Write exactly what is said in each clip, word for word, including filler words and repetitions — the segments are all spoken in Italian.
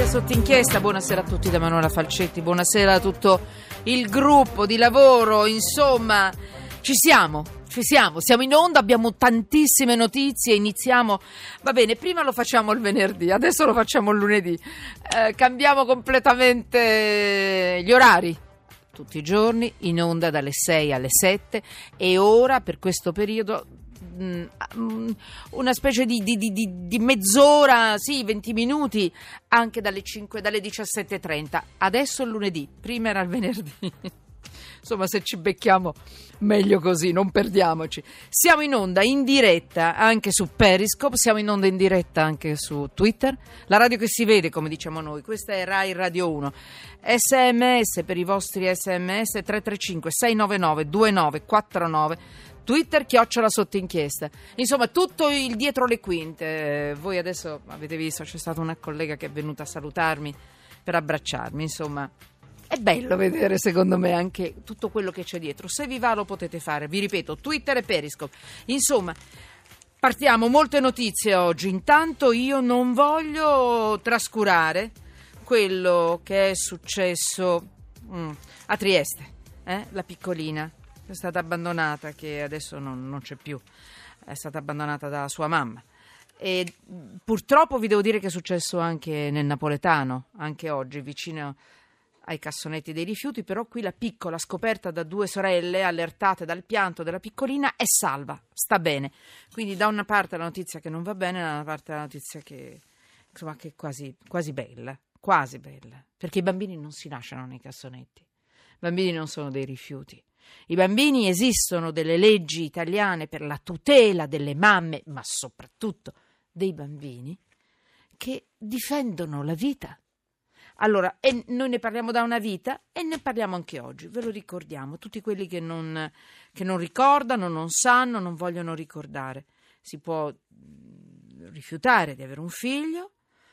Sotto inchiesta, buonasera a tutti da Manuela Falcetti, buonasera a tutto il gruppo di lavoro, insomma ci siamo, ci siamo, siamo in onda, abbiamo tantissime notizie, iniziamo, va bene, prima lo facciamo il venerdì, adesso lo facciamo il lunedì, eh, cambiamo completamente gli orari. Tutti i giorni, in onda dalle sei alle sette e ora per questo periodo una specie di, di, di, di mezz'ora, sì, venti minuti, anche dalle cinque, dalle diciassette e trenta. Adesso è il lunedì, prima era il venerdì. Insomma, se ci becchiamo meglio così, non perdiamoci. Siamo in onda in diretta anche su Periscope, siamo in onda in diretta anche su Twitter, la radio che si vede, come diciamo noi. Questa è Rai Radio uno. sms per i vostri sms tre tre cinque sei nove nove due nove quattro nove, Twitter chiocciola sotto inchiesta. Insomma, tutto il dietro le quinte. Voi adesso avete visto, c'è stata una collega che è venuta a salutarmi per abbracciarmi. Insomma, è bello vedere, secondo me, anche tutto quello che c'è dietro. Se vi va lo potete fare, vi ripeto, Twitter e Periscope. Insomma, partiamo, molte notizie oggi. Intanto io non voglio trascurare quello che è successo mm, a Trieste, eh? La piccolina è stata abbandonata, che adesso non, non c'è più, è stata abbandonata da sua mamma. E purtroppo vi devo dire che è successo anche nel napoletano, anche oggi, vicino ai cassonetti dei rifiuti, però qui la piccola, scoperta da due sorelle, allertate dal pianto della piccolina, è salva, sta bene. Quindi da una parte la notizia che non va bene, da una parte la notizia che, insomma, che è quasi, quasi bella, quasi bella, perché i bambini non si lasciano nei cassonetti, i bambini non sono dei rifiuti. I bambini, esistono delle leggi italiane per la tutela delle mamme, ma soprattutto dei bambini, che difendono la vita. Allora, e noi ne parliamo da una vita e ne parliamo anche oggi, ve lo ricordiamo, tutti quelli che non, che non ricordano, non sanno, non vogliono ricordare. Si può rifiutare di avere un figlio,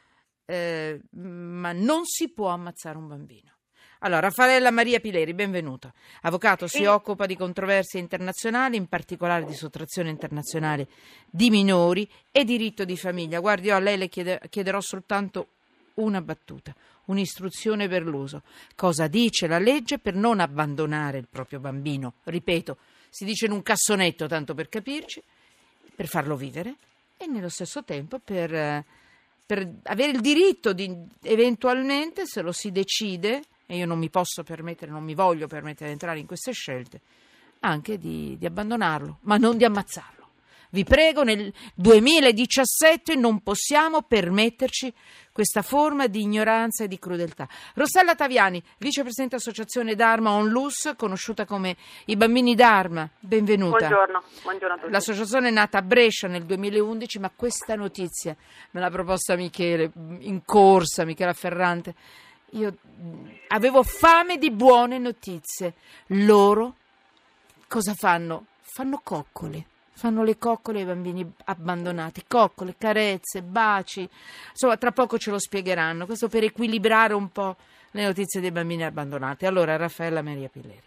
eh, ma non si può ammazzare un bambino. Allora, Raffaella Maria Pileri, benvenuto. Avvocato, si occupa di controversie internazionali, in particolare di sottrazione internazionale di minori e diritto di famiglia. Guardi, io a lei le chiede, chiederò soltanto una battuta, un'istruzione per l'uso. Cosa dice la legge per non abbandonare il proprio bambino? Ripeto, si dice in un cassonetto, tanto per capirci, per farlo vivere e nello stesso tempo per, per avere il diritto di, eventualmente, se lo si decide, e io non mi posso permettere, non mi voglio permettere di entrare in queste scelte, anche di, di abbandonarlo, ma non di ammazzarlo. Vi prego, nel duemiladiciassette non possiamo permetterci questa forma di ignoranza e di crudeltà. Rossella Taviani, vicepresidente associazione Dharma Onlus, conosciuta come i bambini Dharma, benvenuta. Buongiorno, buongiorno a tutti. L'associazione è nata a Brescia nel duemilaundici, ma questa notizia me l'ha proposta Michele, in corsa, Michela Ferrante. Io avevo fame di buone notizie. Loro cosa fanno? Fanno coccole. Fanno le coccole ai bambini abbandonati. Coccole, carezze, baci. Insomma, tra poco ce lo spiegheranno. Questo per equilibrare un po' le notizie dei bambini abbandonati. Allora, Raffaella Maria Pileri.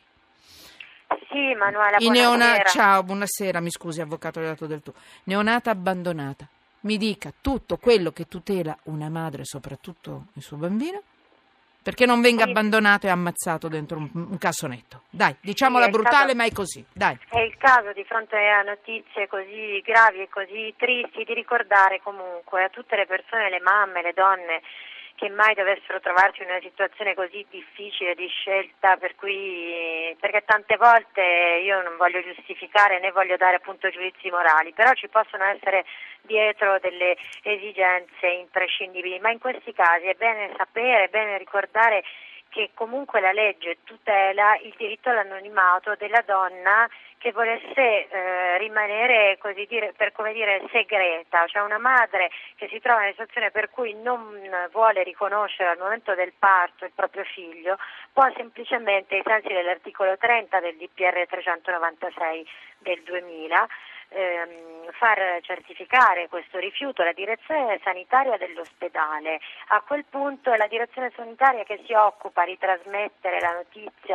Sì, Manuela, I buonasera. neona- Ciao, buonasera, mi scusi, avvocato, le ho dato del tu. Neonata abbandonata. Mi dica tutto quello che tutela una madre, soprattutto il suo bambino, perché non venga sì. abbandonato e ammazzato dentro un, un cassonetto. Dai, diciamola sì, è brutale, caso, ma è così. Dai. È il caso, di fronte a notizie così gravi e così tristi, di ricordare comunque a tutte le persone, le mamme, le donne, che mai dovessero trovarsi in una situazione così difficile di scelta, per cui, perché tante volte io non voglio giustificare né voglio dare appunto giudizi morali, però ci possono essere dietro delle esigenze imprescindibili, ma in questi casi è bene sapere, è bene ricordare che comunque la legge tutela il diritto all'anonimato della donna che volesse eh, rimanere, così dire, per come dire, segreta, cioè una madre che si trova in una situazione per cui non vuole riconoscere al momento del parto il proprio figlio, può semplicemente, ai sensi dell'articolo trenta del D P R trecentonovantasei del duemila, ehm, far certificare questo rifiuto alla direzione sanitaria dell'ospedale. A quel punto è la direzione sanitaria che si occupa di trasmettere la notizia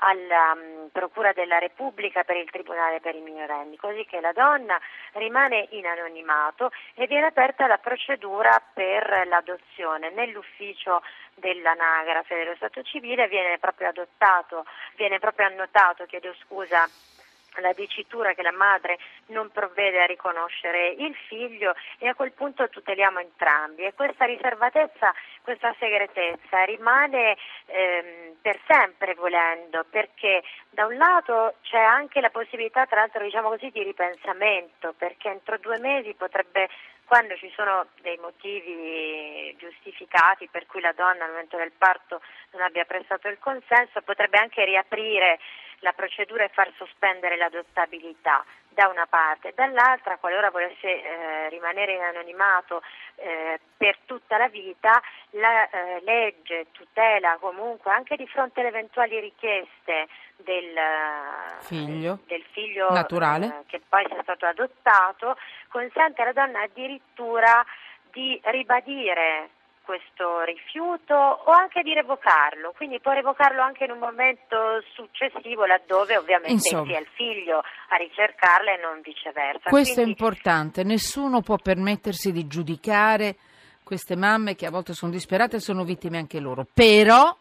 alla um, Procura della Repubblica per il Tribunale per i minorenni, così che la donna rimane in anonimato e viene aperta la procedura per l'adozione. Nell'ufficio dell'anagrafe dello Stato civile viene proprio adottato, viene proprio annotato, chiedo scusa, la dicitura che la madre non provvede a riconoscere il figlio, e a quel punto tuteliamo entrambi, e questa riservatezza, questa segretezza rimane ehm, per sempre, volendo, perché da un lato c'è anche la possibilità, tra l'altro diciamo così, di ripensamento, perché entro due mesi potrebbe, quando ci sono dei motivi giustificati per cui la donna al momento del parto non abbia prestato il consenso, potrebbe anche riaprire la procedura e far sospendere l'adottabilità da una parte, dall'altra, qualora volesse eh, rimanere in anonimato eh, per tutta la vita, la eh, legge tutela comunque anche di fronte alle eventuali richieste del figlio, eh, del figlio naturale eh, che poi sia stato adottato, consente alla donna addirittura di ribadire questo rifiuto o anche di revocarlo, quindi può revocarlo anche in un momento successivo, laddove ovviamente Insomma, sia il figlio a ricercarla e non viceversa. Questo Quindi, è importante, nessuno può permettersi di giudicare queste mamme che a volte sono disperate e sono vittime anche loro, però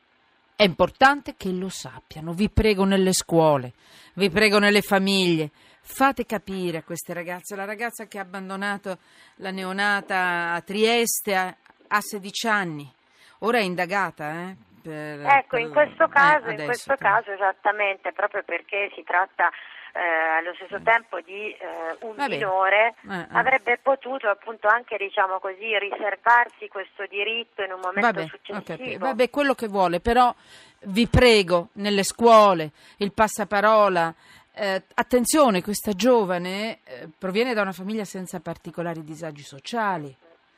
è importante che lo sappiano. Vi prego, nelle scuole, vi prego nelle famiglie, fate capire a queste ragazze, la ragazza che ha abbandonato la neonata a Trieste a ha sedici anni, ora è indagata, eh? Per, ecco, per, in questo caso, eh, in questo però. caso esattamente, proprio perché si tratta eh, allo stesso tempo di eh, un Vabbè. minore, Eh, eh. avrebbe potuto appunto anche, diciamo così, riservarsi questo diritto in un momento Vabbè, successivo. okay, vabbè, quello che vuole, però vi prego, nelle scuole, il passaparola, eh, attenzione, questa giovane eh, proviene da una famiglia senza particolari disagi sociali.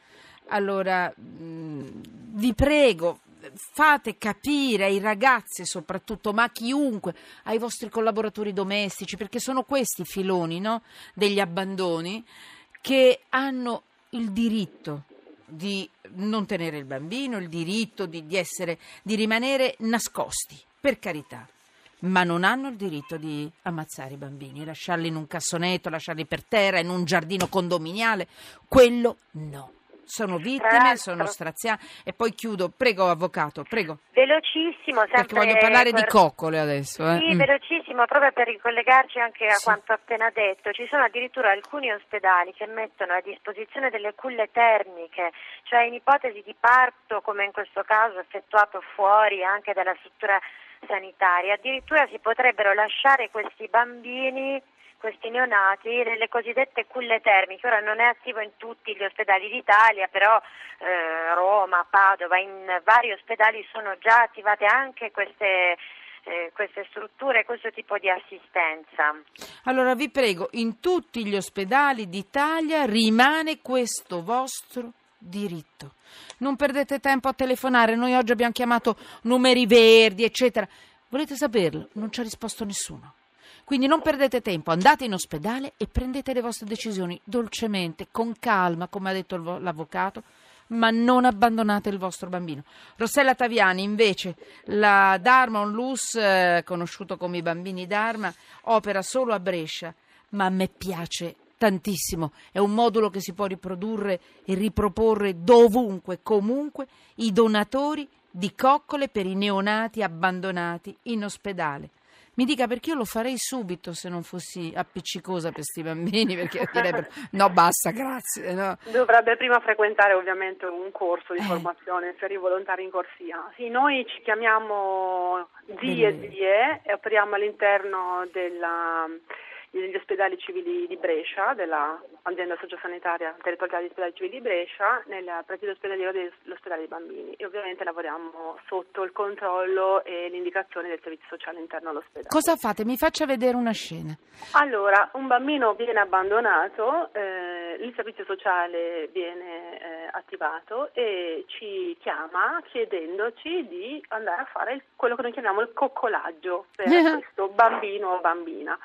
Allora, mh, vi prego, fate capire ai ragazzi soprattutto, ma a chiunque, ai vostri collaboratori domestici, perché sono questi i filoni, no? Degli abbandoni, che hanno il diritto di non tenere il bambino, il diritto di, di essere, di rimanere nascosti, per carità, ma non hanno il diritto di ammazzare i bambini, lasciarli in un cassonetto, lasciarli per terra, in un giardino condominiale, quello no. Sono vittime, sono straziate. E poi chiudo, prego avvocato, prego. Velocissimo, sempre. Perché voglio parlare per... di coccole adesso. Eh. Sì, mm. velocissimo, proprio per ricollegarci anche a Sì. quanto appena detto. Ci sono addirittura alcuni ospedali che mettono a disposizione delle culle termiche, cioè in ipotesi di parto, come in questo caso effettuato fuori anche dalla struttura sanitaria, addirittura si potrebbero lasciare questi bambini, questi neonati, nelle cosiddette culle termiche. Ora non è attivo in tutti gli ospedali d'Italia, però eh, Roma, Padova, in vari ospedali sono già attivate anche queste, eh, queste strutture, questo tipo di assistenza. Allora vi prego, in tutti gli ospedali d'Italia rimane questo vostro diritto. Non perdete tempo a telefonare, noi oggi abbiamo chiamato numeri verdi, eccetera. Volete saperlo? Non ci ha risposto nessuno. Quindi non perdete tempo, andate in ospedale e prendete le vostre decisioni dolcemente, con calma, come ha detto l'avvocato, ma non abbandonate il vostro bambino. Rossella Taviani, invece, la Dharma Onlus, eh, conosciuto come i bambini Dharma, opera solo a Brescia, ma a me piace tantissimo. È un modulo che si può riprodurre e riproporre dovunque, comunque, i donatori di coccole per i neonati abbandonati in ospedale. Mi dica, perché io lo farei subito se non fossi appiccicosa per questi bambini, perché direbbero no basta, grazie. No. Dovrebbe prima frequentare ovviamente un corso di Eh. formazione per i volontari in corsia. Sì, noi ci chiamiamo Zie e Bene. Zie e operiamo all'interno della, degli ospedali civili di Brescia, dell'azienda sociosanitaria territoriale degli ospedali civili di Brescia, nel presidio ospedaliero dell'ospedale dei bambini, e ovviamente lavoriamo sotto il controllo e l'indicazione del servizio sociale interno all'ospedale. Cosa fate? Mi faccia vedere una scena. Allora, un bambino viene abbandonato, eh, il servizio sociale viene eh, attivato e ci chiama chiedendoci di andare a fare il, quello che noi chiamiamo il coccolaggio per questo bambino o bambina.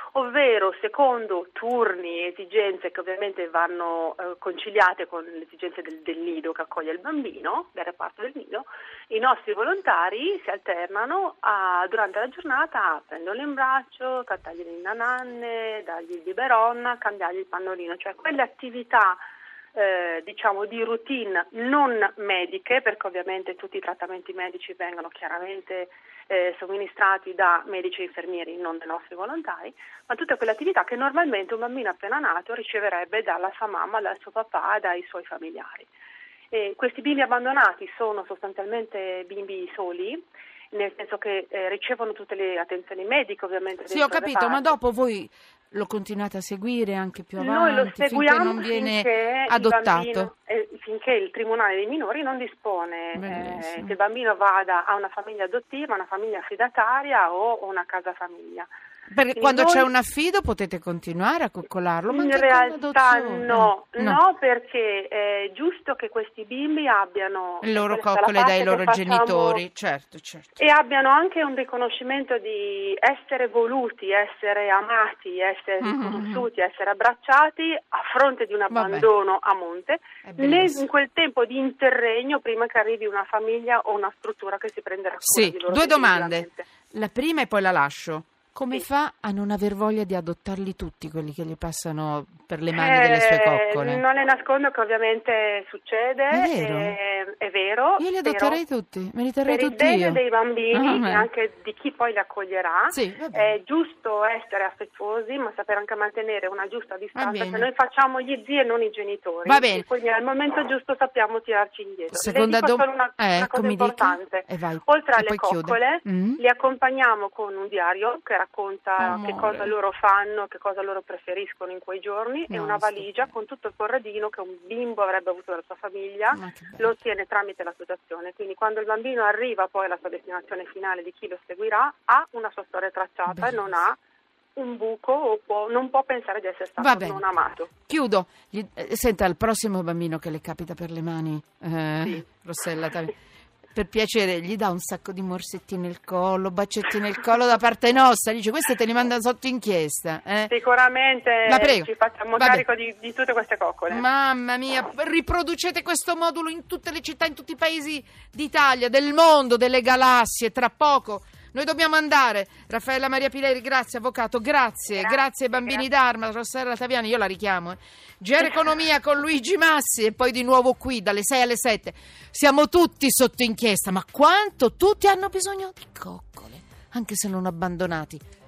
ovvero secondo turni e esigenze che ovviamente vanno eh, conciliate con le esigenze del, del nido che accoglie il bambino, del reparto del nido. I nostri volontari si alternano a, durante la giornata a prenderlo in braccio, cantargli le nananne, dargli il biberon, cambiargli il pannolino, cioè quelle attività Eh, diciamo di routine non mediche, perché ovviamente tutti i trattamenti medici vengono chiaramente eh, somministrati da medici e infermieri, non dai nostri volontari, ma tutte quelle attività che normalmente un bambino appena nato riceverebbe dalla sua mamma, dal suo papà, dai suoi familiari. E questi bimbi abbandonati sono sostanzialmente bimbi soli, nel senso che eh, ricevono tutte le attenzioni mediche ovviamente. Sì, ho capito, ma dopo voi lo continuate a seguire anche più avanti? Noi lo seguiamo finché non viene finché adottato? Il bambino, eh, finché il Tribunale dei minori non dispone eh, che il bambino vada a una famiglia adottiva, una famiglia affidataria o una casa famiglia. Perché Quindi quando noi, c'è un affido potete continuare a coccolarlo? Ma in anche realtà con no, no, no, perché è giusto che questi bimbi abbiano le loro questa coccole la dai parte loro che genitori, facciamo, certo, certo. e abbiano anche un riconoscimento di essere voluti, essere amati, essere Mm-hmm. riconosciuti, essere abbracciati a fronte di un abbandono a monte, né in quel tempo di interregno prima che arrivi una famiglia o una struttura che si prenderà cura Sì, di loro. due domande, la prima e poi la lascio. Come sì. fa a non aver voglia di adottarli tutti, quelli che gli passano per le mani eh, delle sue coccole? Non le nascondo che ovviamente succede, è vero, è, è vero. Io li adotterei tutti, me li terrei per tutti il bene io. dei bambini ah, e anche di chi poi li accoglierà, sì, è giusto essere affettuosi, ma sapere anche mantenere una giusta distanza, che noi facciamo gli zii e non i genitori. Va bene. E quindi al momento giusto sappiamo tirarci indietro. Seconda Le dico dom- solo una, eh, una cosa importante. E vai. Oltre e alle poi coccole, mm. li accompagniamo con un diario che racconta Amore. che cosa loro fanno, che cosa loro preferiscono in quei giorni, no, e una valigia con tutto il corredino che un bimbo avrebbe avuto dalla sua famiglia, lo ottiene tramite l'associazione. Quindi quando il bambino arriva poi alla sua destinazione finale di chi lo seguirà, ha una sua storia tracciata. Bellissimo. E non ha un buco o può, non può pensare di essere stato non amato. Chiudo. Gli, eh, senta, il prossimo bambino che le capita per le mani, eh, sì. Rossella, per piacere, gli dà un sacco di morsetti nel collo, bacetti nel collo da parte nostra, dice queste te li manda sotto inchiesta. Eh? Sicuramente ci facciamo Vabbè. carico di, di tutte queste coccole. Mamma mia, riproducete questo modulo in tutte le città, in tutti i paesi d'Italia, del mondo, delle galassie, tra poco. Noi dobbiamo andare. Raffaella Maria Pileri, grazie avvocato, grazie, grazie, grazie ai bambini grazie. d'Arma, Rossella Taviani, io la richiamo. Eh. G R Economia con Luigi Massi e poi di nuovo qui dalle sei alle sette. Siamo tutti sotto inchiesta, ma quanto tutti hanno bisogno di coccole, anche se non abbandonati.